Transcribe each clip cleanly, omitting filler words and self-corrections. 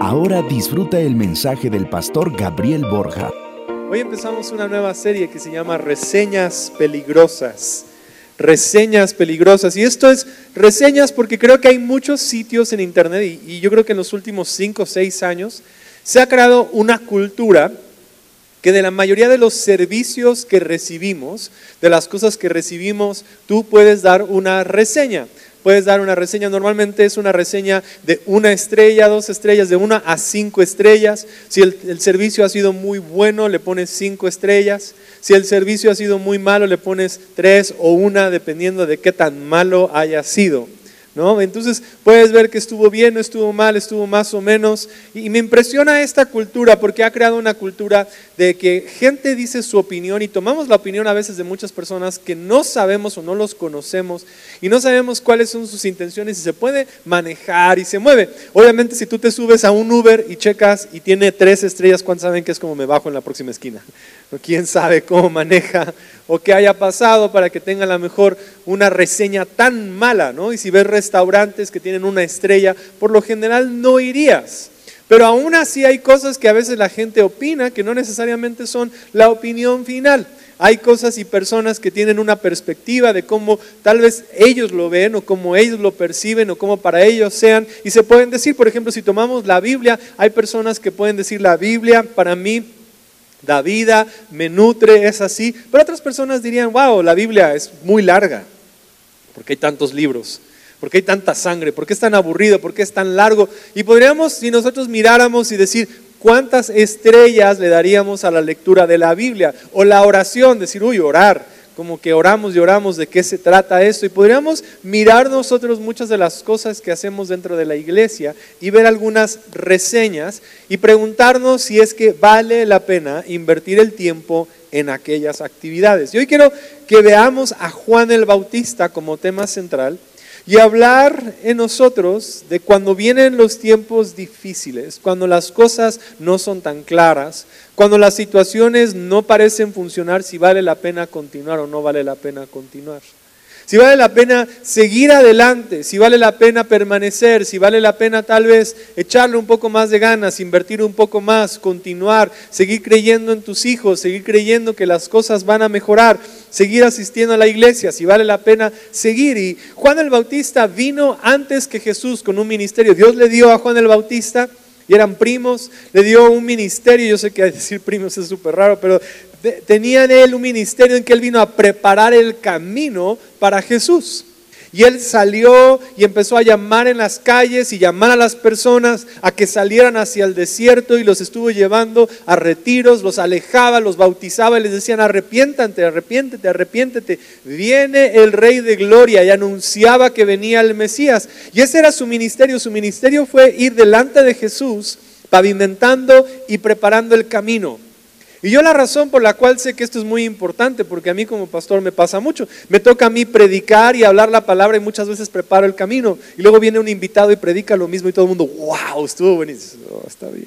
Ahora disfruta el mensaje del pastor Gabriel Borja. Hoy empezamos una nueva serie que se llama Reseñas Peligrosas. Reseñas peligrosas. Y esto es reseñas porque creo que hay muchos sitios en internet y yo creo que en los últimos 5 o 6 años se ha creado una cultura que de la mayoría de los servicios que recibimos, de las cosas que recibimos, tú puedes dar una reseña. Puedes dar una reseña, normalmente es una reseña de 1 estrella, 2 estrellas, de 1 a 5 estrellas. Si el servicio ha sido muy bueno, le pones 5 estrellas. Si el servicio ha sido muy malo, le pones 3 o 1, dependiendo de qué tan malo haya sido, ¿no? Entonces puedes ver que estuvo bien, no estuvo mal, estuvo más o menos. Y me impresiona esta cultura porque ha creado una cultura de que gente dice su opinión y tomamos la opinión a veces de muchas personas que no sabemos o no los conocemos y no sabemos cuáles son sus intenciones y se puede manejar y se mueve. Obviamente si tú te subes a un Uber y checas y tiene 3 estrellas, ¿cuántos saben que es como me bajo en la próxima esquina? ¿O quién sabe cómo maneja o qué haya pasado para que tenga a lo mejor una reseña tan mala, ¿no? Y si ves restaurantes que tienen 1 estrella, por lo general no irías. Pero aún así hay cosas que a veces la gente opina que no necesariamente son la opinión final. Hay cosas y personas que tienen una perspectiva de cómo tal vez ellos lo ven o cómo ellos lo perciben o cómo para ellos sean. Y se pueden decir, por ejemplo, si tomamos la Biblia, hay personas que pueden decir la Biblia para mí da vida, me nutre, es así. Pero otras personas dirían, wow, la Biblia es muy larga. ¿Por qué hay tantos libros? ¿Por qué hay tanta sangre? ¿Por qué es tan aburrido? ¿Por qué es tan largo? Y podríamos, si nosotros miráramos y decir, ¿cuántas estrellas le daríamos a la lectura de la Biblia? O la oración, decir, orar, como que oramos y oramos, ¿de qué se trata esto? Y podríamos mirar nosotros muchas de las cosas que hacemos dentro de la iglesia y ver algunas reseñas y preguntarnos si es que vale la pena invertir el tiempo en aquellas actividades. Y hoy quiero que veamos a Juan el Bautista como tema central y hablar en nosotros de cuando vienen los tiempos difíciles, cuando las cosas no son tan claras, cuando las situaciones no parecen funcionar, si vale la pena continuar o no vale la pena continuar. Si vale la pena seguir adelante, si vale la pena permanecer, si vale la pena tal vez echarle un poco más de ganas, invertir un poco más, continuar, seguir creyendo en tus hijos, seguir creyendo que las cosas van a mejorar, seguir asistiendo a la iglesia, si vale la pena seguir. Y Juan el Bautista vino antes que Jesús con un ministerio. Dios le dio a Juan el Bautista, y eran primos, le dio un ministerio. Yo sé que decir primos es súper raro, pero tenía en él un ministerio en que él vino a preparar el camino para Jesús. Y él salió y empezó a llamar en las calles y llamar a las personas a que salieran hacia el desierto y los estuvo llevando a retiros, los alejaba, los bautizaba y les decían, arrepiéntate, arrepiéntete, arrepiéntete. Viene el Rey de Gloria, y anunciaba que venía el Mesías. Y ese era su ministerio. Su ministerio fue ir delante de Jesús, pavimentando y preparando el camino. Y yo la razón por la cual sé que esto es muy importante, porque a mí como pastor me pasa mucho, me toca a mí predicar y hablar la palabra y muchas veces preparo el camino y luego viene un invitado y predica lo mismo y todo el mundo, wow, estuvo buenísimo, está bien.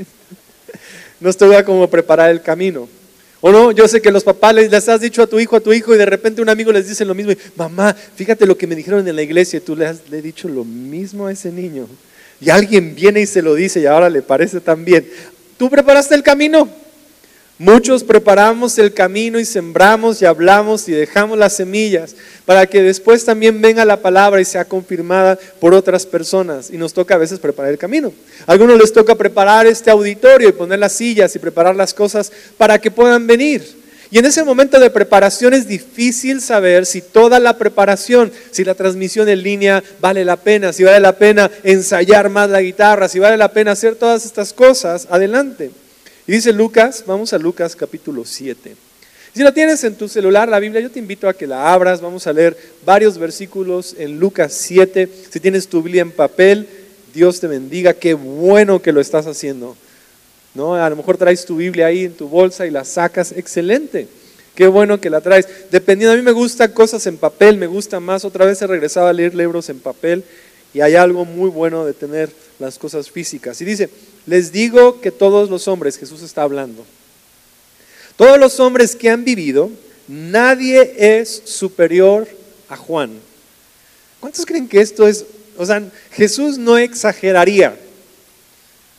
No estoy como preparar el camino. O no, yo sé que los papás les has dicho a tu hijo y de repente un amigo les dice lo mismo y, mamá, fíjate lo que me dijeron en la iglesia, y tú le he dicho lo mismo a ese niño y alguien viene y se lo dice y ahora le parece tan bien. ¿Tú preparaste el camino? Muchos preparamos el camino y sembramos y hablamos y dejamos las semillas para que después también venga la palabra y sea confirmada por otras personas, y nos toca a veces preparar el camino. A algunos les toca preparar este auditorio y poner las sillas y preparar las cosas para que puedan venir. Y en ese momento de preparación es difícil saber si toda la preparación, si la transmisión en línea vale la pena, si vale la pena ensayar más la guitarra, si vale la pena hacer todas estas cosas adelante. Y dice Lucas, vamos a Lucas capítulo 7. Si lo tienes en tu celular, la Biblia, yo te invito a que la abras. Vamos a leer varios versículos en Lucas 7. Si tienes tu Biblia en papel, Dios te bendiga, qué bueno que lo estás haciendo, ¿no? A lo mejor traes tu Biblia ahí en tu bolsa y la sacas, excelente. Qué bueno que la traes. Dependiendo, a mí me gustan cosas en papel, me gusta más. Otra vez he regresado a leer libros en papel y hay algo muy bueno de tener las cosas físicas. Y dice, les digo que todos los hombres, Jesús está hablando, todos los hombres que han vivido, nadie es superior a Juan. ¿Cuántos creen que esto es? O sea, Jesús no exageraría.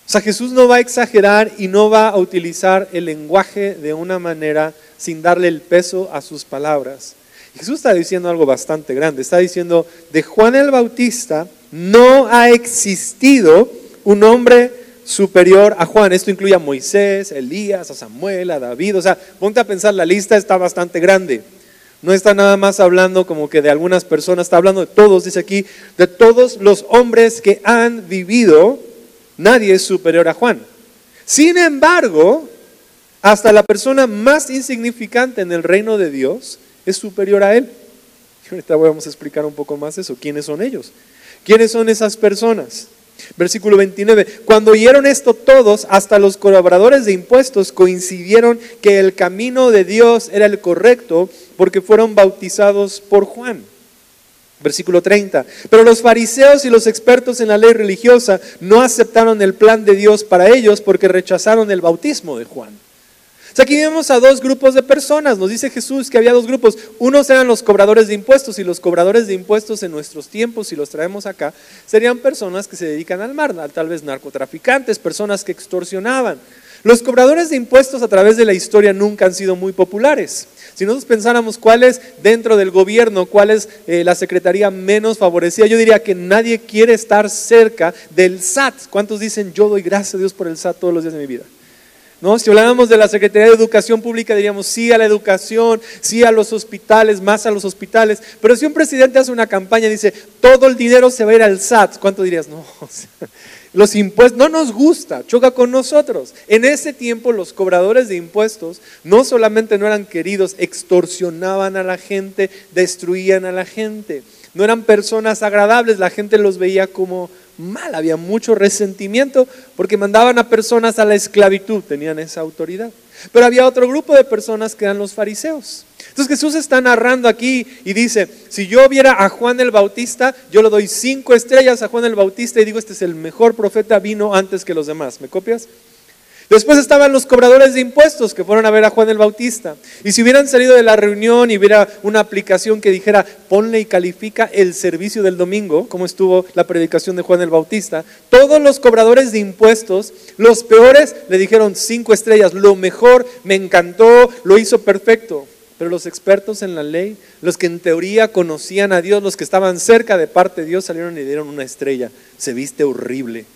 O sea, Jesús no va a exagerar y no va a utilizar el lenguaje de una manera sin darle el peso a sus palabras. Jesús está diciendo algo bastante grande. Está diciendo, de Juan el Bautista no ha existido un hombre superior a Juan. Esto incluye a Moisés, a Elías, a Samuel, a David. O sea, ponte a pensar, la lista está bastante grande. No está nada más hablando como que de algunas personas, está hablando de todos, dice aquí, de todos los hombres que han vivido, nadie es superior a Juan. Sin embargo, hasta la persona más insignificante en el reino de Dios es superior a él. Y ahorita vamos a explicar un poco más eso. ¿Quiénes son ellos? ¿Quiénes son esas personas? Versículo 29. Cuando oyeron esto todos, hasta los cobradores de impuestos, coincidieron que el camino de Dios era el correcto porque fueron bautizados por Juan. Versículo 30. Pero los fariseos y los expertos en la ley religiosa no aceptaron el plan de Dios para ellos porque rechazaron el bautismo de Juan. O sea, aquí vemos a dos grupos de personas. Nos dice Jesús que había dos grupos. Unos eran los cobradores de impuestos, y los cobradores de impuestos en nuestros tiempos, si los traemos acá, serían personas que se dedican al mar, tal vez narcotraficantes, personas que extorsionaban. Los cobradores de impuestos a través de la historia nunca han sido muy populares. Si nosotros pensáramos cuál es dentro del gobierno, cuál es la secretaría menos favorecida, yo diría que nadie quiere estar cerca del SAT. ¿Cuántos dicen, yo doy gracias a Dios por el SAT todos los días de mi vida? ¿No? Si habláramos de la Secretaría de Educación Pública, diríamos sí a la educación, sí a los hospitales, más a los hospitales. Pero si un presidente hace una campaña y dice, todo el dinero se va a ir al SAT, ¿cuánto dirías? No, o sea, los impuestos no nos gusta, choca con nosotros. En ese tiempo los cobradores de impuestos no solamente no eran queridos, extorsionaban a la gente, destruían a la gente. No eran personas agradables, la gente los veía como mal, había mucho resentimiento porque mandaban a personas a la esclavitud, tenían esa autoridad. Pero había otro grupo de personas que eran los fariseos. Entonces Jesús está narrando aquí y dice, si yo viera a Juan el Bautista, yo le doy 5 estrellas a Juan el Bautista y digo, este es el mejor profeta, vino antes que los demás. ¿Me copias? Después estaban los cobradores de impuestos que fueron a ver a Juan el Bautista. Y si hubieran salido de la reunión y hubiera una aplicación que dijera, ponle y califica el servicio del domingo, como estuvo la predicación de Juan el Bautista, todos los cobradores de impuestos, los peores, le dijeron 5 estrellas, lo mejor, me encantó, lo hizo perfecto. Pero los expertos en la ley, los que en teoría conocían a Dios, los que estaban cerca de parte de Dios, salieron y le dieron 1 estrella. Se viste horrible.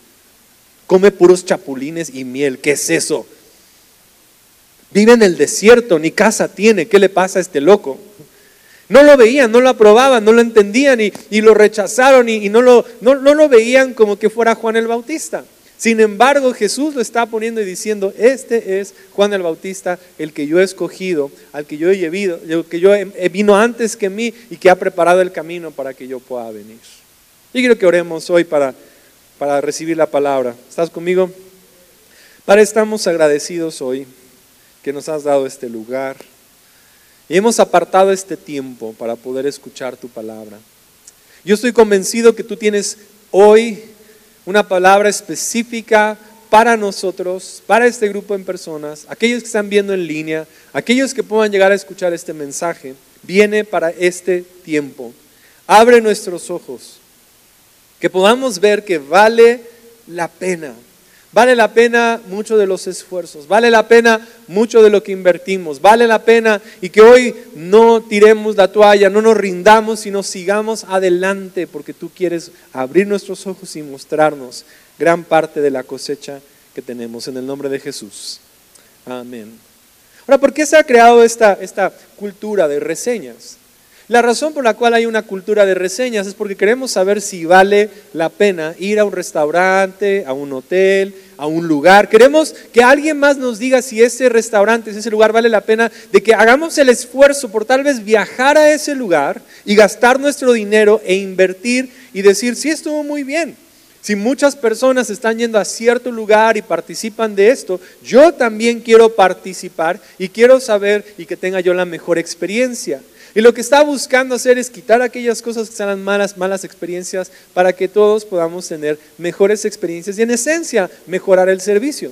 Come puros chapulines y miel, ¿qué es eso? Vive en el desierto, ni casa tiene, ¿qué le pasa a este loco? No lo veían, no lo aprobaban, no lo entendían y lo rechazaron y no lo veían como que fuera Juan el Bautista. Sin embargo, Jesús lo está poniendo y diciendo, este es Juan el Bautista, el que yo he escogido, al que yo he llevado, que yo vino antes que mí y que ha preparado el camino para que yo pueda venir. Y quiero que oremos hoy para recibir la palabra. ¿Estás conmigo? Padre, estamos agradecidos hoy que nos has dado este lugar y hemos apartado este tiempo para poder escuchar tu palabra. Yo estoy convencido que tú tienes hoy una palabra específica para nosotros, para este grupo de personas, aquellos que están viendo en línea, aquellos que puedan llegar a escuchar este mensaje, viene para este tiempo. Abre nuestros ojos, que podamos ver que vale la pena mucho de los esfuerzos, vale la pena mucho de lo que invertimos, vale la pena y que hoy no tiremos la toalla, no nos rindamos, sino sigamos adelante porque tú quieres abrir nuestros ojos y mostrarnos gran parte de la cosecha que tenemos en el nombre de Jesús. Amén. Ahora, ¿por qué se ha creado esta cultura de reseñas? La razón por la cual hay una cultura de reseñas es porque queremos saber si vale la pena ir a un restaurante, a un hotel, a un lugar. Queremos que alguien más nos diga si ese restaurante, si ese lugar vale la pena, de que hagamos el esfuerzo por tal vez viajar a ese lugar y gastar nuestro dinero e invertir y decir, sí, estuvo muy bien. Si muchas personas están yendo a cierto lugar y participan de esto, yo también quiero participar y quiero saber y que tenga yo la mejor experiencia. Y lo que está buscando hacer es quitar aquellas cosas que sean malas experiencias para que todos podamos tener mejores experiencias y en esencia mejorar el servicio.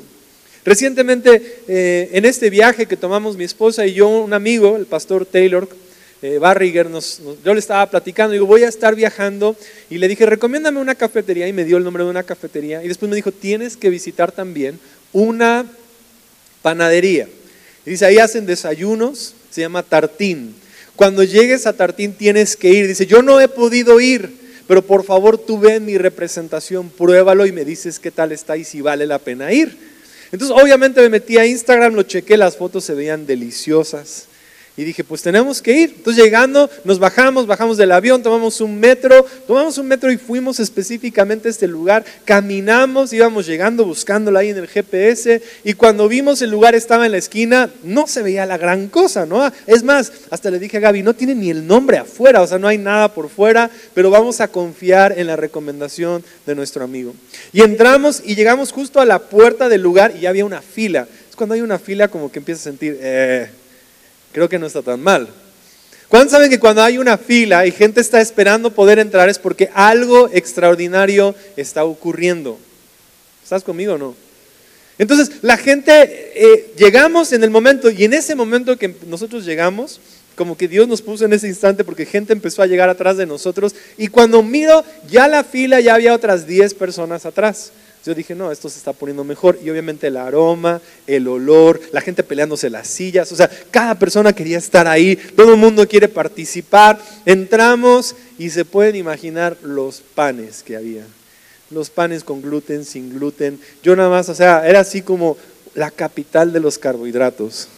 Recientemente en este viaje que tomamos mi esposa y yo, un amigo, el pastor Taylor, Barriger, yo le estaba platicando, digo, voy a estar viajando, y le dije, recomiéndame una cafetería, y me dio el nombre de una cafetería, y después me dijo, tienes que visitar también una panadería. Y dice, ahí hacen desayunos, se llama Tartín. Cuando llegues a Tartín tienes que ir. Dice, yo no he podido ir, pero por favor tú ve mi representación, pruébalo y me dices qué tal está y si vale la pena ir. Entonces obviamente me metí a Instagram, lo chequé, las fotos se veían deliciosas. Y dije, pues tenemos que ir. Entonces llegando, nos bajamos del avión, tomamos un metro y fuimos específicamente a este lugar. Caminamos, íbamos llegando, buscándolo ahí en el GPS. Y cuando vimos el lugar estaba en la esquina, no se veía la gran cosa, ¿no? Es más, hasta le dije a Gaby, no tiene ni el nombre afuera, o sea, no hay nada por fuera, pero vamos a confiar en la recomendación de nuestro amigo. Y entramos y llegamos justo a la puerta del lugar y ya había una fila. Es cuando hay una fila como que empiezas a sentir, creo que no está tan mal. ¿Cuántos saben que cuando hay una fila y gente está esperando poder entrar es porque algo extraordinario está ocurriendo? ¿Estás conmigo o no? Entonces la gente, llegamos en el momento, y en ese momento que nosotros llegamos, como que Dios nos puso en ese instante porque gente empezó a llegar atrás de nosotros, y cuando miro ya la fila ya había otras 10 personas atrás. Yo dije, no, esto se está poniendo mejor. Y obviamente el aroma, el olor, la gente peleándose las sillas, o sea, cada persona quería estar ahí, todo el mundo quiere participar. Entramos y se pueden imaginar los panes que había. Los panes con gluten, sin gluten. Yo nada más, o sea, era así como la capital de los carbohidratos.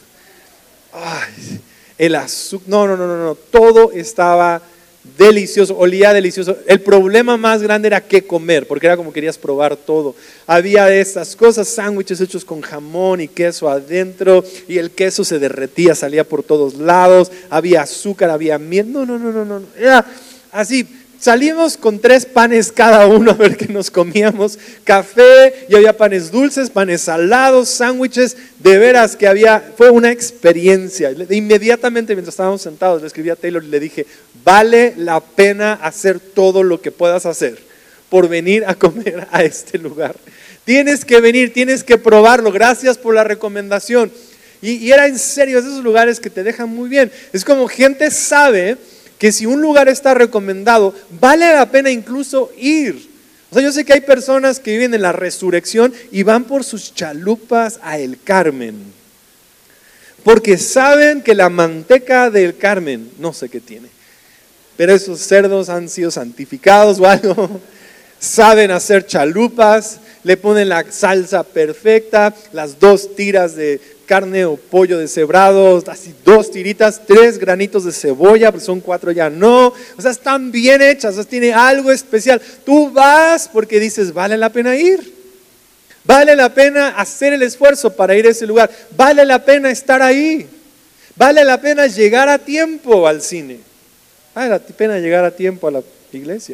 Ay, el azúcar, no, todo estaba delicioso, olía delicioso. El problema más grande era qué comer, porque era como querías probar todo. Había de estas cosas, sándwiches hechos con jamón y queso adentro, y el queso se derretía, salía por todos lados. Había azúcar, había miel. No. Era así. Salimos con 3 panes cada uno a ver qué nos comíamos, café, y había panes dulces, panes salados, sándwiches, de veras que fue una experiencia. Inmediatamente mientras estábamos sentados le escribí a Taylor y le dije, vale la pena hacer todo lo que puedas hacer por venir a comer a este lugar. Tienes que venir, tienes que probarlo, gracias por la recomendación. Y era en serio, es de esos lugares que te dejan muy bien. Es como gente sabe que si un lugar está recomendado, vale la pena incluso ir. O sea, yo sé que hay personas que viven en la resurrección y van por sus chalupas a El Carmen, porque saben que la manteca del Carmen, no sé qué tiene, pero esos cerdos han sido santificados o algo, saben hacer chalupas, le ponen la salsa perfecta, las 2 tiras de carne o pollo deshebrado, así 2 tiritas, 3 granitos de cebolla, pues son 4 ya no, o sea, están bien hechas, o sea, tiene algo especial. Tú vas porque dices, vale la pena ir, vale la pena hacer el esfuerzo para ir a ese lugar, vale la pena estar ahí, vale la pena llegar a tiempo al cine, vale la pena llegar a tiempo a la iglesia.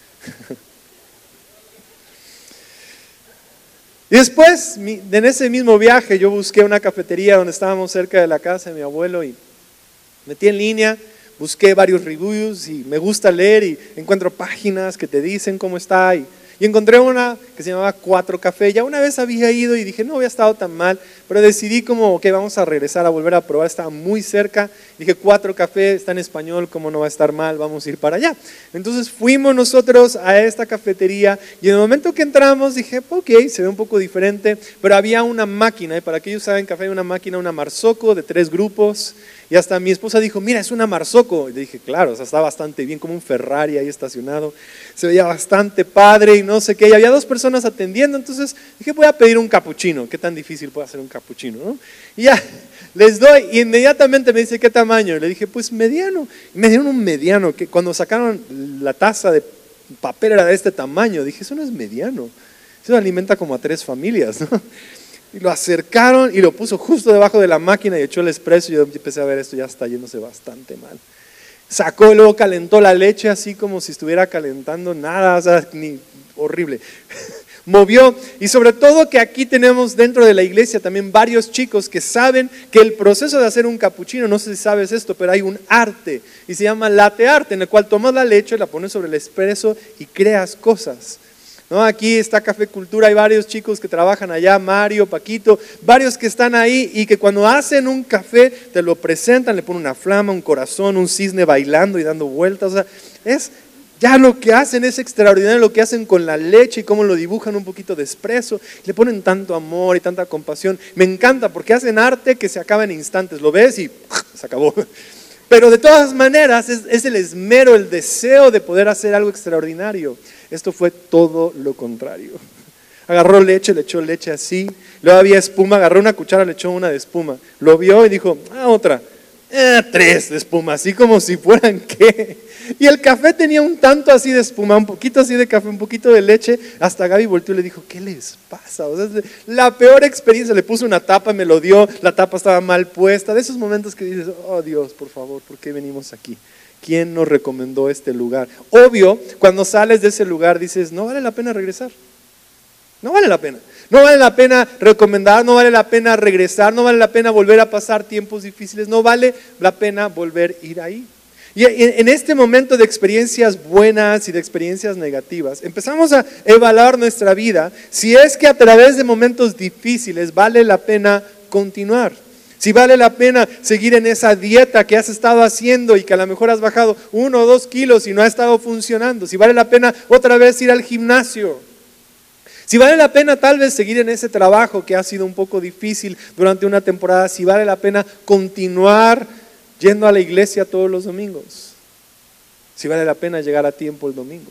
Y después, en ese mismo viaje, yo busqué una cafetería donde estábamos cerca de la casa de mi abuelo y metí en línea, busqué varios reviews y me gusta leer y encuentro páginas que te dicen cómo está y encontré una que se llamaba 4 Café. Ya una vez había ido y dije, no había estado tan mal, pero decidí como que vamos a regresar a volver a probar, estaba muy cerca. Dije, 4 Café, está en español, ¿cómo no va a estar mal? Vamos a ir para allá. Entonces fuimos nosotros a esta cafetería y en el momento que entramos dije, ok, se ve un poco diferente, pero había una máquina, y para aquellos que saben café hay una máquina, una Marzocco de 3 grupos. Y hasta mi esposa dijo, mira, es una Marzocco. Y le dije, claro, o sea, está bastante bien, como un Ferrari ahí estacionado. Se veía bastante padre y no sé qué. Y había 2 personas atendiendo, entonces dije, voy a pedir un capuchino. ¿Qué tan difícil puede hacer un capuchino, no? Y ya, les doy, y inmediatamente me dice, ¿qué tamaño? Y le dije, pues mediano. Y me dieron un mediano, que cuando sacaron la taza de papel era de este tamaño. Dije, eso no es mediano. Eso alimenta como a 3 familias, ¿no? Y lo acercaron y lo puso justo debajo de la máquina y echó el espresso y yo empecé a ver, esto ya está yéndose bastante mal. Sacó y luego calentó la leche así como si estuviera calentando nada, o sea, horrible. Movió, y sobre todo que aquí tenemos dentro de la iglesia también varios chicos que saben que el proceso de hacer un capuchino, no sé si sabes esto, pero hay un arte y se llama latte art, en el cual tomas la leche, la pones sobre el espresso y creas cosas. ¿no? Aquí está Café Cultura, hay varios chicos que trabajan allá, Mario, Paquito, varios que están ahí y que cuando hacen un café te lo presentan, le ponen una flama, un corazón, un cisne bailando y dando vueltas. O sea, es ya lo que hacen es extraordinario, lo que hacen con la leche y cómo lo dibujan un poquito de espresso, le ponen tanto amor y tanta compasión. Me encanta porque hacen arte que se acaba en instantes, lo ves y se acabó. Pero de todas maneras es el esmero, el deseo de poder hacer algo extraordinario. Esto fue todo lo contrario. Agarró leche, le echó leche así, luego había espuma, agarró una cuchara, le echó una de espuma, lo vio y dijo, otra, 3 de espuma, así como si fueran qué. Y el café tenía un tanto así de espuma, un poquito así de café, un poquito de leche. Hasta Gaby volteó y le dijo, ¿qué les pasa? O sea, es la peor experiencia. Le puse una tapa, me lo dio, la tapa estaba mal puesta. De esos momentos que dices, oh Dios, por favor, ¿por qué venimos aquí? ¿Quién nos recomendó este lugar? Obvio, cuando sales de ese lugar dices, no vale la pena regresar. No vale la pena. No vale la pena recomendar, no vale la pena regresar, no vale la pena volver a pasar tiempos difíciles, no vale la pena volver a ir ahí. Y en este momento de experiencias buenas y de experiencias negativas, empezamos a evaluar nuestra vida si es que a través de momentos difíciles vale la pena continuar. Si vale la pena seguir en esa dieta que has estado haciendo y que a lo mejor has bajado 1 o 2 kilos y no ha estado funcionando. Si vale la pena otra vez ir al gimnasio. Si vale la pena tal vez seguir en ese trabajo que ha sido un poco difícil durante una temporada. Si vale la pena continuar yendo a la iglesia todos los domingos. Si vale la pena llegar a tiempo el domingo.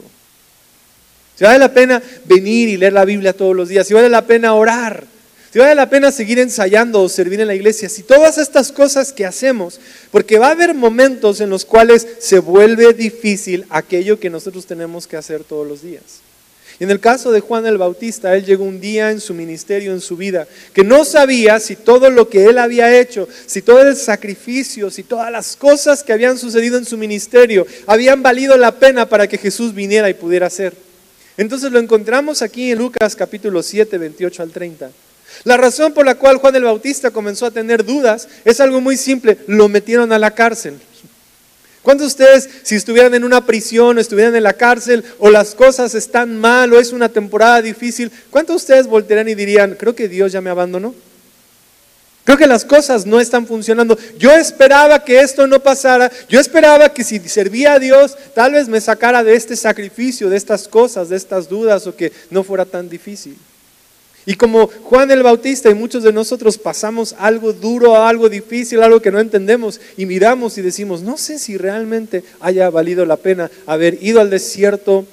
Si vale la pena venir y leer la Biblia todos los días. Si vale la pena orar. Si vale la pena seguir ensayando o servir en la iglesia. Si todas estas cosas que hacemos, porque va a haber momentos en los cuales se vuelve difícil aquello que nosotros tenemos que hacer todos los días. Y en el caso de Juan el Bautista, él llegó un día en su ministerio, en su vida, que no sabía si todo lo que él había hecho, si todo el sacrificio, si todas las cosas que habían sucedido en su ministerio habían valido la pena para que Jesús viniera y pudiera hacer. Entonces lo encontramos aquí en Lucas capítulo 7, 28 al 30. La razón por la cual Juan el Bautista comenzó a tener dudas es algo muy simple, lo metieron a la cárcel. ¿Cuántos de ustedes, si estuvieran en una prisión o estuvieran en la cárcel o las cosas están mal o es una temporada difícil, cuántos de ustedes voltearían y dirían, creo que Dios ya me abandonó? Creo que las cosas no están funcionando. Yo esperaba que esto no pasara. Yo esperaba que si servía a Dios, tal vez me sacara de este sacrificio, de estas cosas, de estas dudas o que no fuera tan difícil. Y como Juan el Bautista y muchos de nosotros pasamos algo duro, algo difícil, algo que no entendemos y miramos y decimos, no sé si realmente haya valido la pena haber ido al desierto,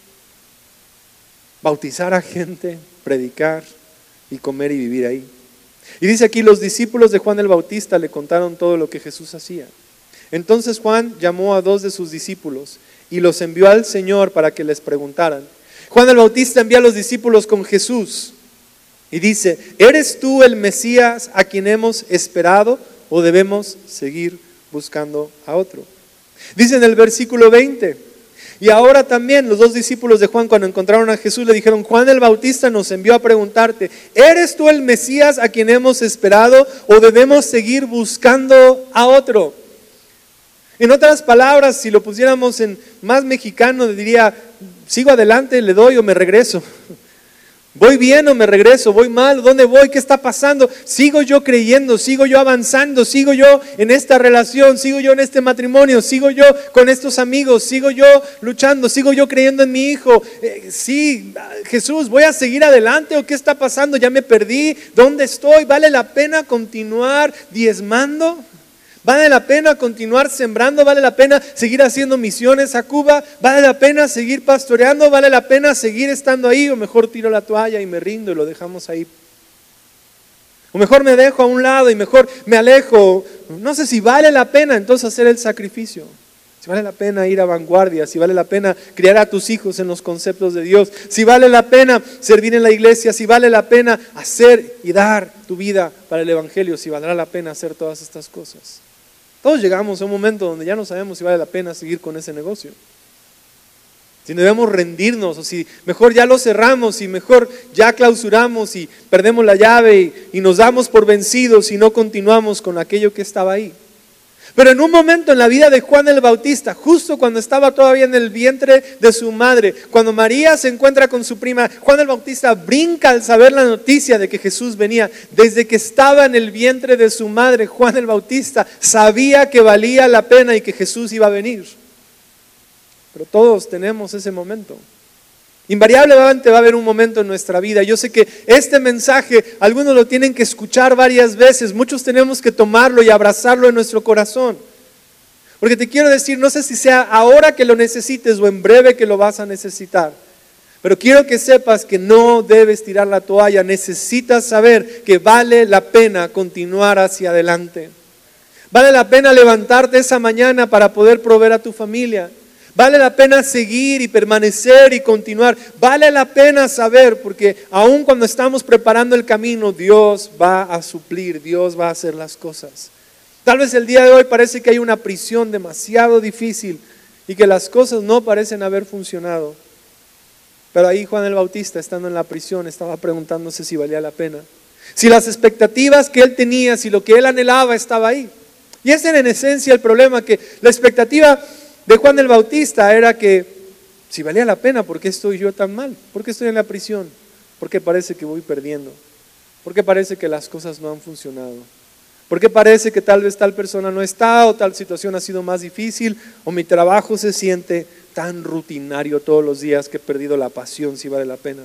bautizar a gente, predicar y comer y vivir ahí. Y dice aquí, los discípulos de Juan el Bautista le contaron todo lo que Jesús hacía. Entonces Juan llamó a 2 de sus discípulos y los envió al Señor para que les preguntaran. Juan el Bautista envía a los discípulos con Jesús. Y dice, ¿eres tú el Mesías a quien hemos esperado o debemos seguir buscando a otro? Dice en el versículo 20, y ahora también los 2 discípulos de Juan cuando encontraron a Jesús le dijeron, Juan el Bautista nos envió a preguntarte, ¿eres tú el Mesías a quien hemos esperado o debemos seguir buscando a otro? En otras palabras, si lo pusiéramos en más mexicano, diría, sigo adelante, le doy o me regreso. ¿Voy bien o me regreso? ¿Voy mal? ¿Dónde voy? ¿Qué está pasando? ¿Sigo yo creyendo? ¿Sigo yo avanzando? ¿Sigo yo en esta relación? ¿Sigo yo en este matrimonio? ¿Sigo yo con estos amigos? ¿Sigo yo luchando? ¿Sigo yo creyendo en mi hijo? Sí, Jesús, ¿voy a seguir adelante o qué está pasando? ¿Ya me perdí? ¿Dónde estoy? ¿Vale la pena continuar diezmando? ¿Vale la pena continuar sembrando? ¿Vale la pena seguir haciendo misiones a Cuba? ¿Vale la pena seguir pastoreando? ¿Vale la pena seguir estando ahí? ¿O mejor tiro la toalla y me rindo y lo dejamos ahí? ¿O mejor me dejo a un lado y mejor me alejo? No sé si vale la pena entonces hacer el sacrificio. Si vale la pena ir a vanguardia, si vale la pena criar a tus hijos en los conceptos de Dios, si vale la pena servir en la iglesia, si vale la pena hacer y dar tu vida para el evangelio, si valdrá la pena hacer todas estas cosas. Todos llegamos a un momento donde ya no sabemos si vale la pena seguir con ese negocio. Si debemos rendirnos o si mejor ya lo cerramos y mejor ya clausuramos y perdemos la llave y nos damos por vencidos y no continuamos con aquello que estaba ahí. Pero en un momento en la vida de Juan el Bautista, justo cuando estaba todavía en el vientre de su madre, cuando María se encuentra con su prima, Juan el Bautista brinca al saber la noticia de que Jesús venía. Desde que estaba en el vientre de su madre, Juan el Bautista sabía que valía la pena y que Jesús iba a venir. Pero todos tenemos ese momento. Invariablemente va a haber un momento en nuestra vida. Yo sé que este mensaje, algunos lo tienen que escuchar varias veces, muchos tenemos que tomarlo y abrazarlo en nuestro corazón. Porque te quiero decir, no sé si sea ahora que lo necesites o en breve que lo vas a necesitar, pero quiero que sepas que no debes tirar la toalla. Necesitas saber que vale la pena continuar hacia adelante. Vale la pena levantarte esa mañana para poder proveer a tu familia. Vale la pena seguir y permanecer y continuar. Vale la pena saber, porque aun cuando estamos preparando el camino, Dios va a suplir, Dios va a hacer las cosas. Tal vez el día de hoy parece que hay una prisión demasiado difícil y que las cosas no parecen haber funcionado. Pero ahí Juan el Bautista, estando en la prisión, estaba preguntándose si valía la pena. Si las expectativas que él tenía, si lo que él anhelaba estaba ahí. Y ese era en esencia el problema, que la expectativa de Juan el Bautista era que si valía la pena, ¿por qué estoy yo tan mal? ¿Por qué estoy en la prisión? ¿Por qué parece que voy perdiendo? ¿Por qué parece que las cosas no han funcionado? ¿Por qué parece que tal vez tal persona no está, o tal situación ha sido más difícil, o mi trabajo se siente tan rutinario todos los días que he perdido la pasión si vale la pena?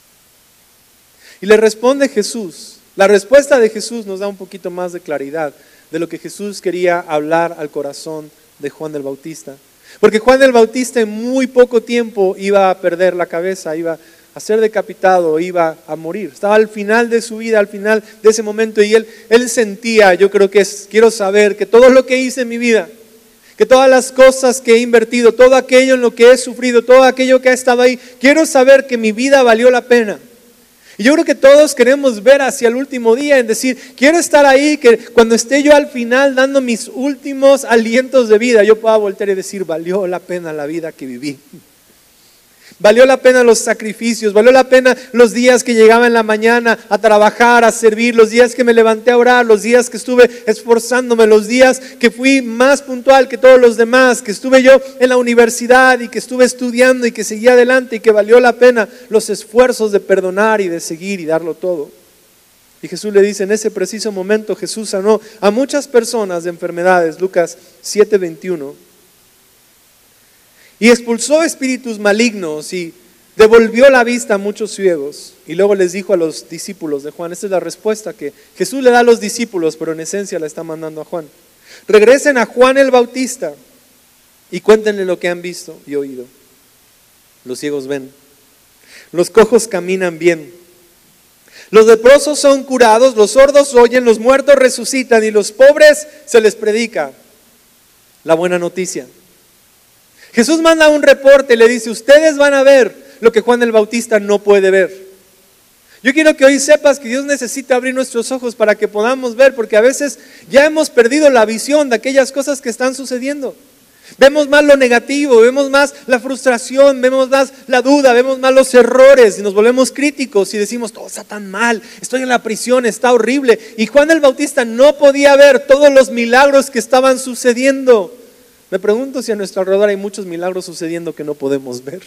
Y le responde Jesús. La respuesta de Jesús nos da un poquito más de claridad de lo que Jesús quería hablar al corazón de Juan el Bautista. Porque Juan el Bautista en muy poco tiempo iba a perder la cabeza, iba a ser decapitado, iba a morir. Estaba al final de su vida, al final de ese momento, y él sentía, yo creo que quiero saber que todo lo que hice en mi vida, que todas las cosas que he invertido, todo aquello en lo que he sufrido, todo aquello que ha estado ahí, quiero saber que mi vida valió la pena. Y yo creo que todos queremos ver hacia el último día, en decir, quiero estar ahí, que cuando esté yo al final dando mis últimos alientos de vida, yo pueda voltear y decir, valió la pena la vida que viví. Valió la pena los sacrificios, valió la pena los días que llegaba en la mañana a trabajar, a servir, los días que me levanté a orar, los días que estuve esforzándome, los días que fui más puntual que todos los demás, que estuve yo en la universidad y que estuve estudiando y que seguí adelante y que valió la pena los esfuerzos de perdonar y de seguir y darlo todo. Y Jesús le dice, en ese preciso momento Jesús sanó a muchas personas de enfermedades, Lucas 7:21. Y expulsó espíritus malignos y devolvió la vista a muchos ciegos. Y luego les dijo a los discípulos de Juan, esta es la respuesta que Jesús le da a los discípulos, pero en esencia la está mandando a Juan. Regresen a Juan el Bautista y cuéntenle lo que han visto y oído. Los ciegos ven, los cojos caminan bien, los leprosos son curados, los sordos oyen, los muertos resucitan y los pobres se les predica la buena noticia. Jesús manda un reporte y le dice, ustedes van a ver lo que Juan el Bautista no puede ver. Yo quiero que hoy sepas que Dios necesita abrir nuestros ojos para que podamos ver, porque a veces ya hemos perdido la visión de aquellas cosas que están sucediendo. Vemos más lo negativo, vemos más la frustración, vemos más la duda, vemos más los errores y nos volvemos críticos y decimos, todo está tan mal, estoy en la prisión, está horrible. Y Juan el Bautista no podía ver todos los milagros que estaban sucediendo. Me pregunto si a nuestro alrededor hay muchos milagros sucediendo que no podemos ver.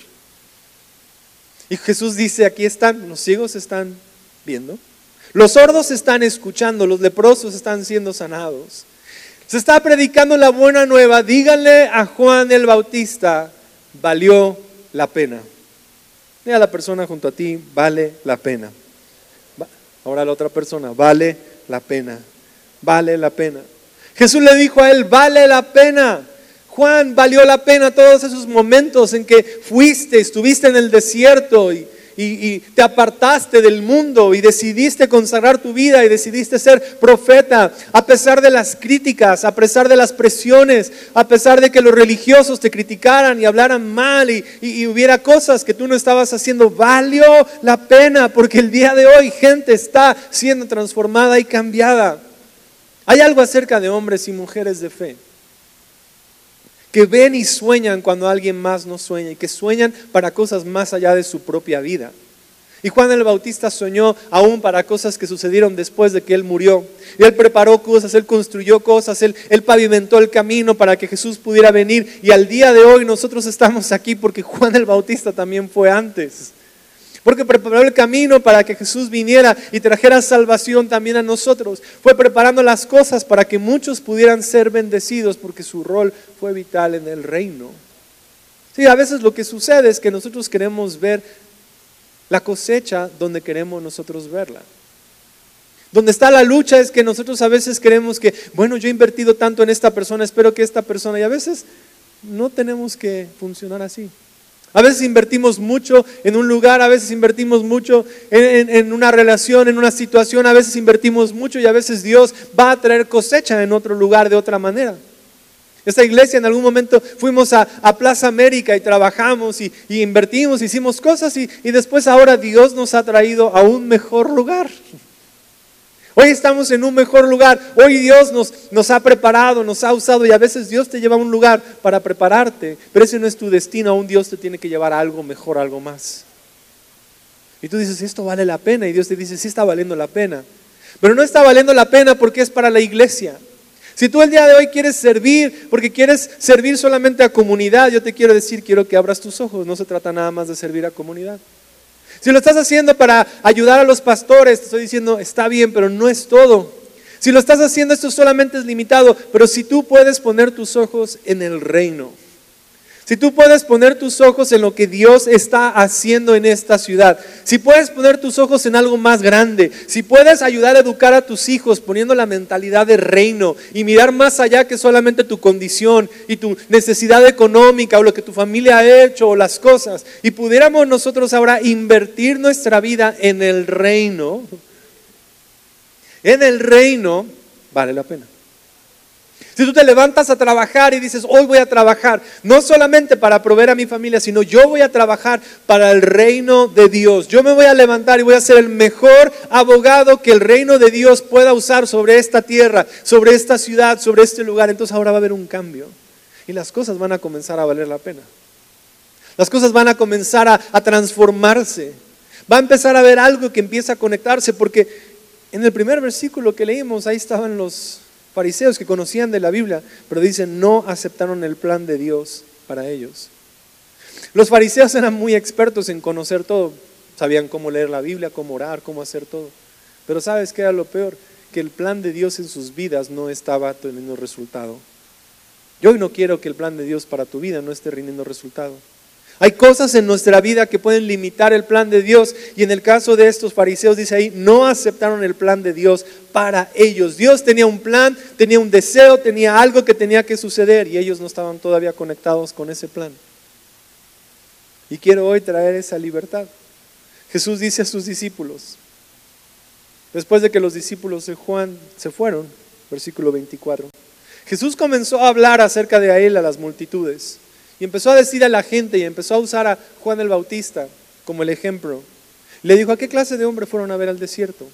Y Jesús dice, aquí están, los ciegos están viendo, los sordos están escuchando, los leprosos están siendo sanados. Se está predicando la buena nueva. Díganle a Juan el Bautista, valió la pena. Mira a la persona junto a ti, vale la pena. Ahora la otra persona, vale la pena, vale la pena. Jesús le dijo a él, vale la pena. Juan, valió la pena todos esos momentos en que estuviste en el desierto y te apartaste del mundo y decidiste consagrar tu vida y decidiste ser profeta, a pesar de las críticas, a pesar de las presiones, a pesar de que los religiosos te criticaran y hablaran mal y hubiera cosas que tú no estabas haciendo. Valió la pena, porque el día de hoy gente está siendo transformada y cambiada. Hay algo acerca de hombres y mujeres de fe que ven y sueñan cuando alguien más no sueña, y que sueñan para cosas más allá de su propia vida. Y Juan el Bautista soñó aún para cosas que sucedieron después de que él murió. Y él preparó cosas, él construyó cosas, él pavimentó el camino para que Jesús pudiera venir. Y al día de hoy nosotros estamos aquí porque Juan el Bautista también fue antes. Porque preparó el camino para que Jesús viniera y trajera salvación también a nosotros. Fue preparando las cosas para que muchos pudieran ser bendecidos porque su rol fue vital en el reino. Sí, a veces lo que sucede es que nosotros queremos ver la cosecha donde queremos nosotros verla. Donde está la lucha es que nosotros a veces queremos que, bueno, yo he invertido tanto en esta persona, espero que esta persona, y a veces no tenemos que funcionar así. A veces invertimos mucho en un lugar, a veces invertimos mucho en una relación, en una situación, a veces invertimos mucho y a veces Dios va a traer cosecha en otro lugar de otra manera. Esta iglesia en algún momento fuimos a Plaza América y trabajamos y invertimos, hicimos cosas y después ahora Dios nos ha traído a un mejor lugar. Hoy estamos en un mejor lugar, hoy Dios nos ha preparado, nos ha usado y a veces Dios te lleva a un lugar para prepararte, pero ese no es tu destino, aún Dios te tiene que llevar a algo mejor, algo más. Y tú dices, esto vale la pena y Dios te dice, sí está valiendo la pena, pero no está valiendo la pena porque es para la iglesia. Si tú el día de hoy quieres servir, porque quieres servir solamente a comunidad, yo te quiero decir, quiero que abras tus ojos, no se trata nada más de servir a comunidad. Si lo estás haciendo para ayudar a los pastores, te estoy diciendo, está bien, pero no es todo. Si lo estás haciendo, esto solamente es limitado, pero si tú puedes poner tus ojos en el reino, si tú puedes poner tus ojos en lo que Dios está haciendo en esta ciudad, si puedes poner tus ojos en algo más grande, si puedes ayudar a educar a tus hijos poniendo la mentalidad de reino y mirar más allá que solamente tu condición y tu necesidad económica o lo que tu familia ha hecho o las cosas, y pudiéramos nosotros ahora invertir nuestra vida en el reino, vale la pena. Si tú te levantas a trabajar y dices, hoy voy a trabajar, no solamente para proveer a mi familia, sino yo voy a trabajar para el reino de Dios. Yo me voy a levantar y voy a ser el mejor abogado que el reino de Dios pueda usar sobre esta tierra, sobre esta ciudad, sobre este lugar. Entonces ahora va a haber un cambio y las cosas van a comenzar a valer la pena. Las cosas van a comenzar a transformarse. Va a empezar a haber algo que empieza a conectarse, porque en el primer versículo que leímos, ahí estaban los fariseos que conocían de la Biblia, pero dicen, no aceptaron el plan de Dios para ellos. Los fariseos eran muy expertos en conocer todo, sabían cómo leer la Biblia, cómo orar, cómo hacer todo. Pero ¿sabes qué era lo peor? Que el plan de Dios en sus vidas no estaba teniendo resultado. Yo hoy no quiero que el plan de Dios para tu vida no esté rindiendo resultado. Hay cosas en nuestra vida que pueden limitar el plan de Dios, y en el caso de estos fariseos dice ahí, no aceptaron el plan de Dios para ellos. Dios tenía un plan, tenía un deseo, tenía algo que tenía que suceder y ellos no estaban todavía conectados con ese plan. Y quiero hoy traer esa libertad. Jesús dice a sus discípulos, después de que los discípulos de Juan se fueron, versículo 24, Jesús comenzó a hablar acerca de él a las multitudes. Y empezó a decir a la gente y empezó a usar a Juan el Bautista como el ejemplo. Le dijo, ¿a qué clase de hombre fueron a ver al desierto?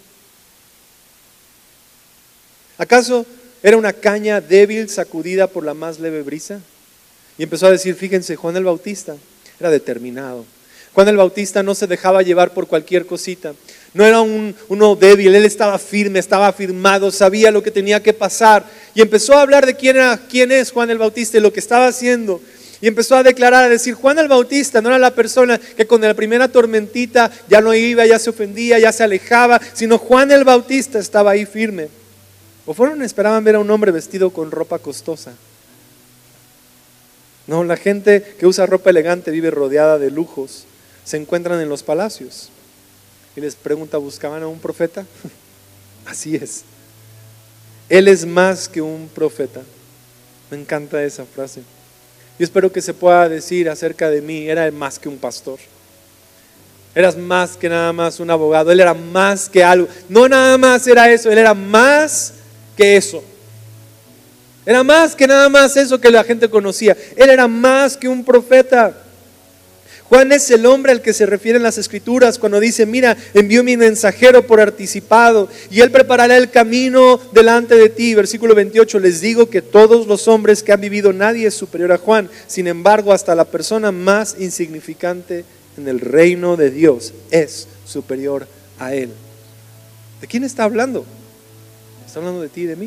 ¿Acaso era una caña débil sacudida por la más leve brisa? Y empezó a decir, fíjense, Juan el Bautista era determinado. Juan el Bautista no se dejaba llevar por cualquier cosita. No era uno débil, él estaba firme, estaba afirmado, sabía lo que tenía que pasar. Y empezó a hablar de quién es Juan el Bautista y lo que estaba haciendo. Y empezó a declarar, a decir, Juan el Bautista no era la persona que con la primera tormentita ya no iba, ya se ofendía, ya se alejaba, sino Juan el Bautista estaba ahí firme. ¿O esperaban ver a un hombre vestido con ropa costosa? No, la gente que usa ropa elegante vive rodeada de lujos, se encuentran en los palacios. Y les pregunta, ¿buscaban a un profeta? Así es. Él es más que un profeta. Me encanta esa frase. Yo espero que se pueda decir acerca de mí, era más que un pastor. Eras más que nada más un abogado, él era más que algo. No nada más era eso, él era más que eso. Era más que nada más eso que la gente conocía. Él era más que un profeta. Juan es el hombre al que se refieren las escrituras cuando dice, mira, envió mi mensajero por anticipado y él preparará el camino delante de ti. Versículo 28, les digo que todos los hombres que han vivido, nadie es superior a Juan. Sin embargo, hasta la persona más insignificante en el reino de Dios es superior a él. ¿De quién está hablando? Está hablando de ti y de mí.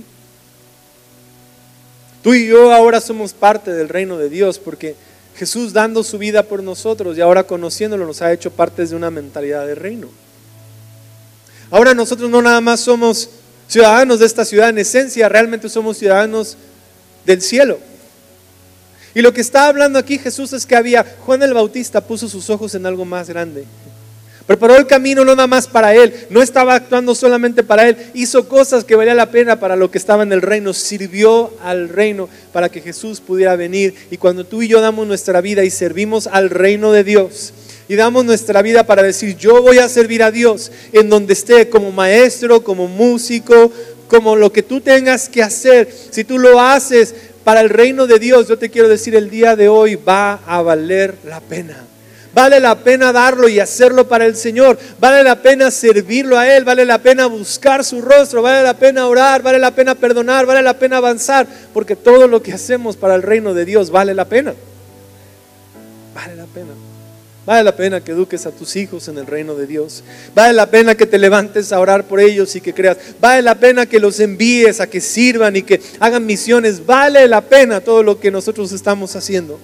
Tú y yo ahora somos parte del reino de Dios porque Jesús, dando su vida por nosotros y ahora conociéndolo, nos ha hecho partes de una mentalidad de reino. Ahora nosotros no nada más somos ciudadanos de esta ciudad, en esencia realmente somos ciudadanos del cielo. Y lo que está hablando aquí Jesús es que Juan el Bautista puso sus ojos en algo más grande. Preparó el camino no nada más para él, no estaba actuando solamente para él, hizo cosas que valía la pena para lo que estaba en el reino, sirvió al reino para que Jesús pudiera venir. Y cuando tú y yo damos nuestra vida y servimos al reino de Dios, y damos nuestra vida para decir, yo voy a servir a Dios en donde esté, como maestro, como músico, como lo que tú tengas que hacer, si tú lo haces para el reino de Dios, yo te quiero decir, el día de hoy va a valer la pena. Vale la pena darlo y hacerlo para el Señor. Vale la pena servirlo a Él. Vale la pena buscar su rostro. Vale la pena orar. Vale la pena perdonar. Vale la pena avanzar. Porque todo lo que hacemos para el reino de Dios vale la pena. Vale la pena. Vale la pena que eduques a tus hijos en el reino de Dios. Vale la pena que te levantes a orar por ellos y que creas. Vale la pena que los envíes a que sirvan y que hagan misiones. Vale la pena todo lo que nosotros estamos haciendo.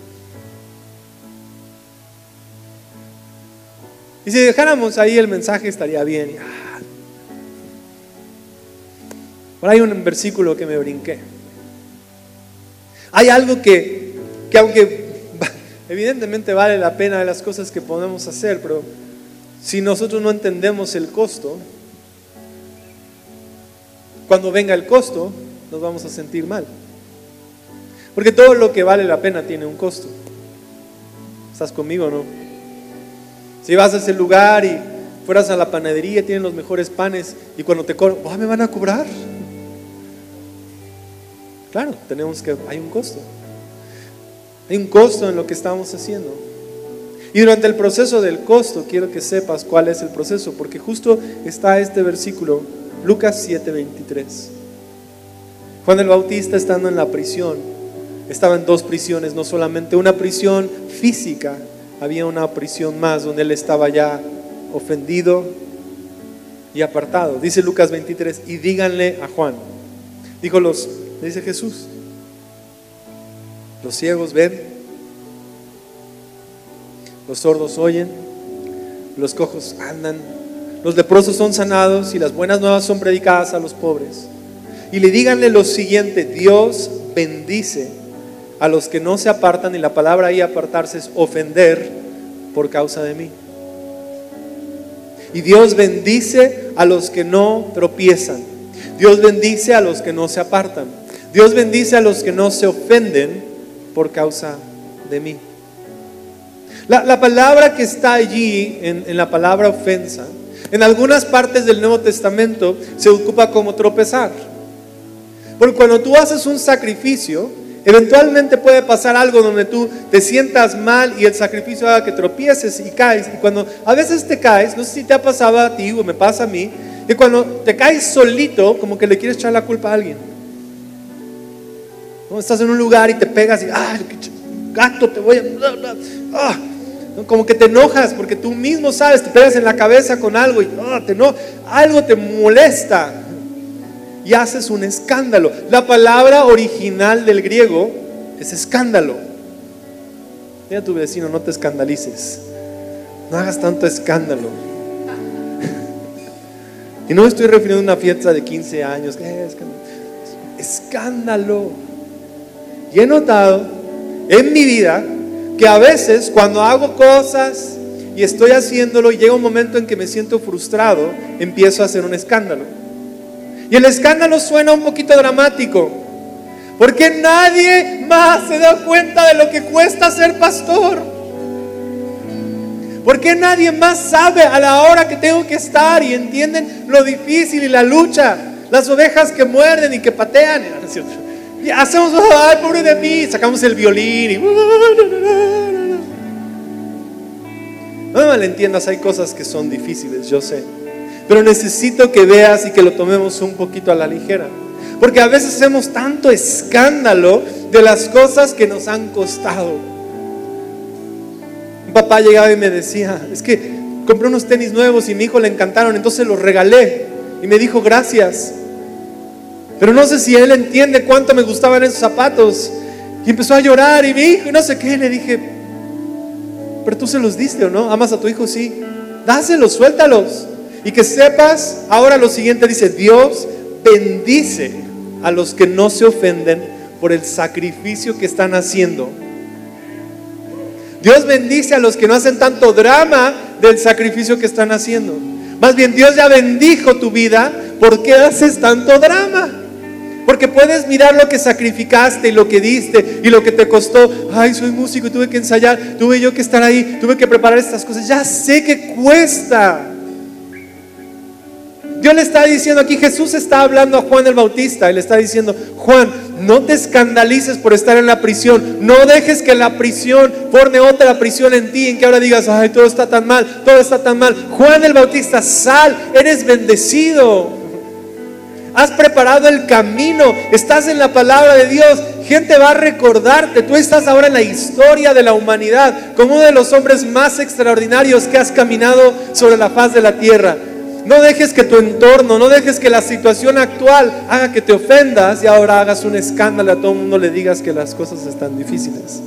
Y si dejáramos ahí el mensaje estaría bien. Por ahí hay un versículo que me brinqué. Hay algo que aunque evidentemente vale la pena de las cosas que podemos hacer, pero si nosotros no entendemos el costo, cuando venga el costo nos vamos a sentir mal. Porque todo lo que vale la pena tiene un costo. ¿Estás conmigo o no? Si vas a ese lugar y fueras a la panadería, tienen los mejores panes y cuando te cobran, ¿me van a cobrar? Claro, hay un costo. Hay un costo en lo que estamos haciendo. Y durante el proceso del costo, quiero que sepas cuál es el proceso, porque justo está este versículo, Lucas 7:23. Juan el Bautista, estando en la prisión, estaba en 2 prisiones, no solamente una prisión física, había una prisión más donde él estaba ya ofendido y apartado. Dice Lucas 23, y díganle a Juan, dice Jesús, los ciegos ven, los sordos oyen, los cojos andan, los leprosos son sanados y las buenas nuevas son predicadas a los pobres. Y le díganle lo siguiente, Dios bendice a los que no se apartan, y la palabra ahí apartarse es ofender por causa de mí. Y Dios bendice a los que no tropiezan. Dios bendice a los que no se apartan. Dios bendice a los que no se ofenden por causa de mí. La palabra que está allí en la palabra ofensa, en algunas partes del Nuevo Testamento se ocupa como tropezar. Porque cuando tú haces un sacrificio, eventualmente puede pasar algo donde tú te sientas mal y el sacrificio haga que tropieces y caes. Y cuando a veces te caes, no sé si te ha pasado a ti o me pasa a mí, que cuando te caes solito, como que le quieres echar la culpa a alguien. ¿No? Estás en un lugar y te pegas y gato, te voy a... como que te enojas porque tú mismo sabes, te pegas en la cabeza con algo y algo te molesta. Y haces un escándalo. La palabra original del griego es escándalo. Mira a tu vecino, no te escandalices. No hagas tanto escándalo. Y no me estoy refiriendo a una fiesta de 15 años. Escándalo. Y he notado en mi vida que a veces cuando hago cosas y estoy haciéndolo y llega un momento en que me siento frustrado, empiezo a hacer un escándalo. Y el escándalo suena un poquito dramático, porque nadie más se da cuenta de lo que cuesta ser pastor. Porque nadie más sabe a la hora que tengo que estar y entienden lo difícil y la lucha. Las ovejas que muerden y que patean. Y hacemos, ay, pobre de mí, sacamos el violín y... No me malentiendas, hay cosas que son difíciles, yo sé. Pero necesito que veas y que lo tomemos un poquito a la ligera. Porque a veces hacemos tanto escándalo de las cosas que nos han costado. Un papá llegaba y me decía, es que compré unos tenis nuevos y a mi hijo le encantaron, entonces los regalé. Y me dijo, gracias. Pero no sé si él entiende cuánto me gustaban esos zapatos. Y empezó a llorar y mi hijo y no sé qué. Le dije, pero tú se los diste, ¿o no? ¿Amas a tu hijo? Sí. Dáselos, suéltalos. Y que sepas, ahora lo siguiente dice, Dios bendice a los que no se ofenden por el sacrificio que están haciendo. Dios bendice a los que no hacen tanto drama del sacrificio que están haciendo. Más bien, Dios ya bendijo tu vida. ¿Por qué haces tanto drama? Porque puedes mirar lo que sacrificaste y lo que diste y lo que te costó. Ay, soy músico y tuve que ensayar, tuve yo que estar ahí, tuve que preparar estas cosas. Ya sé que cuesta. Dios le está diciendo aquí, Jesús está hablando a Juan el Bautista y le está diciendo, Juan, no te escandalices por estar en la prisión, no dejes que la prisión forme otra prisión en ti, en que ahora digas, ay, todo está tan mal, todo está tan mal. Juan el Bautista, sal, eres bendecido, has preparado el camino, estás en la palabra de Dios, gente va a recordarte, tú estás ahora en la historia de la humanidad, como uno de los hombres más extraordinarios que has caminado sobre la faz de la tierra. No dejes que tu entorno, no dejes que la situación actual haga que te ofendas y ahora hagas un escándalo, a todo el mundo le digas que las cosas están difíciles.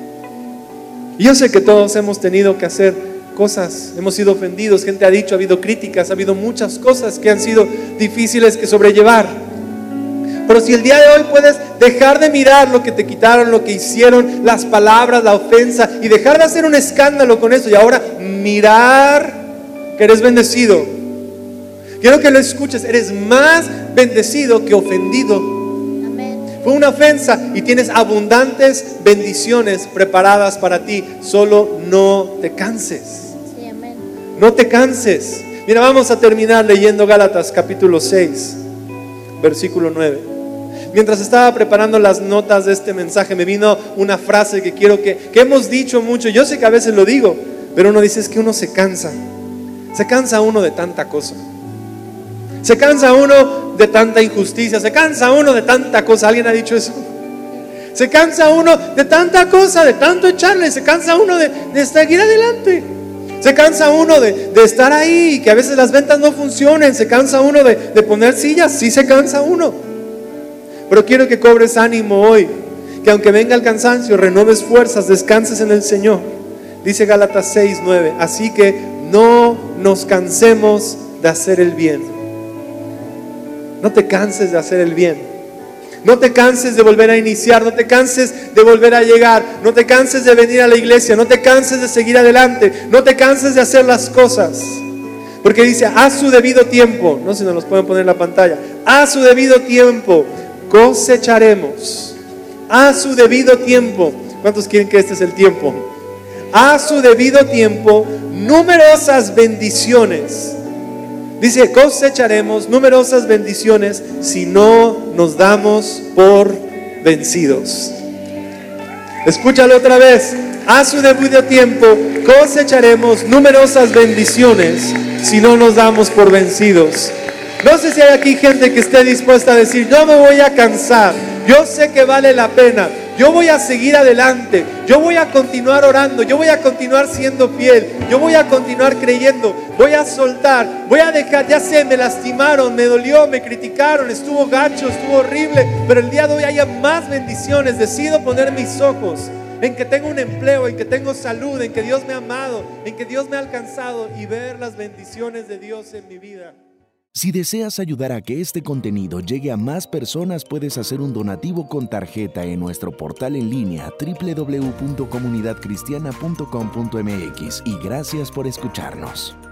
Y yo sé que todos hemos tenido que hacer cosas, hemos sido ofendidos, gente ha dicho, ha habido críticas, ha habido muchas cosas que han sido difíciles que sobrellevar. Pero si el día de hoy puedes dejar de mirar lo que te quitaron, lo que hicieron, las palabras, la ofensa, y dejar de hacer un escándalo con eso y ahora mirar que eres bendecido. Quiero que lo escuches, eres más bendecido que ofendido. Amén. Fue una ofensa y tienes abundantes bendiciones preparadas para ti. Solo no te canses. Sí, amén. No te canses. Mira, vamos a terminar leyendo Gálatas capítulo 6, versículo 9. Mientras estaba preparando las notas de este mensaje, me vino una frase que quiero que hemos dicho mucho. Yo sé que a veces lo digo, pero uno dice es que uno se cansa. Se cansa uno de tanta cosa. Se cansa uno de tanta injusticia, se cansa uno de tanta cosa. ¿Alguien ha dicho eso? Se cansa uno de tanta cosa, de tanto echarle, se cansa uno de seguir adelante. Se cansa uno de estar ahí y que a veces las ventas no funcionen. Se cansa uno de poner sillas, sí se cansa uno. Pero quiero que cobres ánimo hoy, que aunque venga el cansancio, renueves fuerzas, descanses en el Señor. Dice Gálatas 6:9, así que no nos cansemos de hacer el bien. No te canses de hacer el bien. No te canses de volver a iniciar. No te canses de volver a llegar. No te canses de venir a la iglesia. No te canses de seguir adelante. No te canses de hacer las cosas. Porque dice, a su debido tiempo. No sé si nos los pueden poner en la pantalla. A su debido tiempo cosecharemos. A su debido tiempo. ¿Cuántos quieren que este es el tiempo? A su debido tiempo numerosas bendiciones. Dice, cosecharemos numerosas bendiciones si no nos damos por vencidos. Escúchalo otra vez. A su debido tiempo cosecharemos numerosas bendiciones si no nos damos por vencidos. No sé si hay aquí gente que esté dispuesta a decir, no me voy a cansar. Yo sé que vale la pena. Yo voy a seguir adelante. Yo voy a continuar orando. Yo voy a continuar siendo fiel. Yo voy a continuar creyendo. Voy a soltar. Voy a dejar. Ya sé, me lastimaron, me dolió, me criticaron. Estuvo gacho, estuvo horrible. Pero el día de hoy haya más bendiciones. Decido poner mis ojos en que tengo un empleo, en que tengo salud, en que Dios me ha amado, en que Dios me ha alcanzado y ver las bendiciones de Dios en mi vida. Si deseas ayudar a que este contenido llegue a más personas, puedes hacer un donativo con tarjeta en nuestro portal en línea www.comunidadcristiana.com.mx y gracias por escucharnos.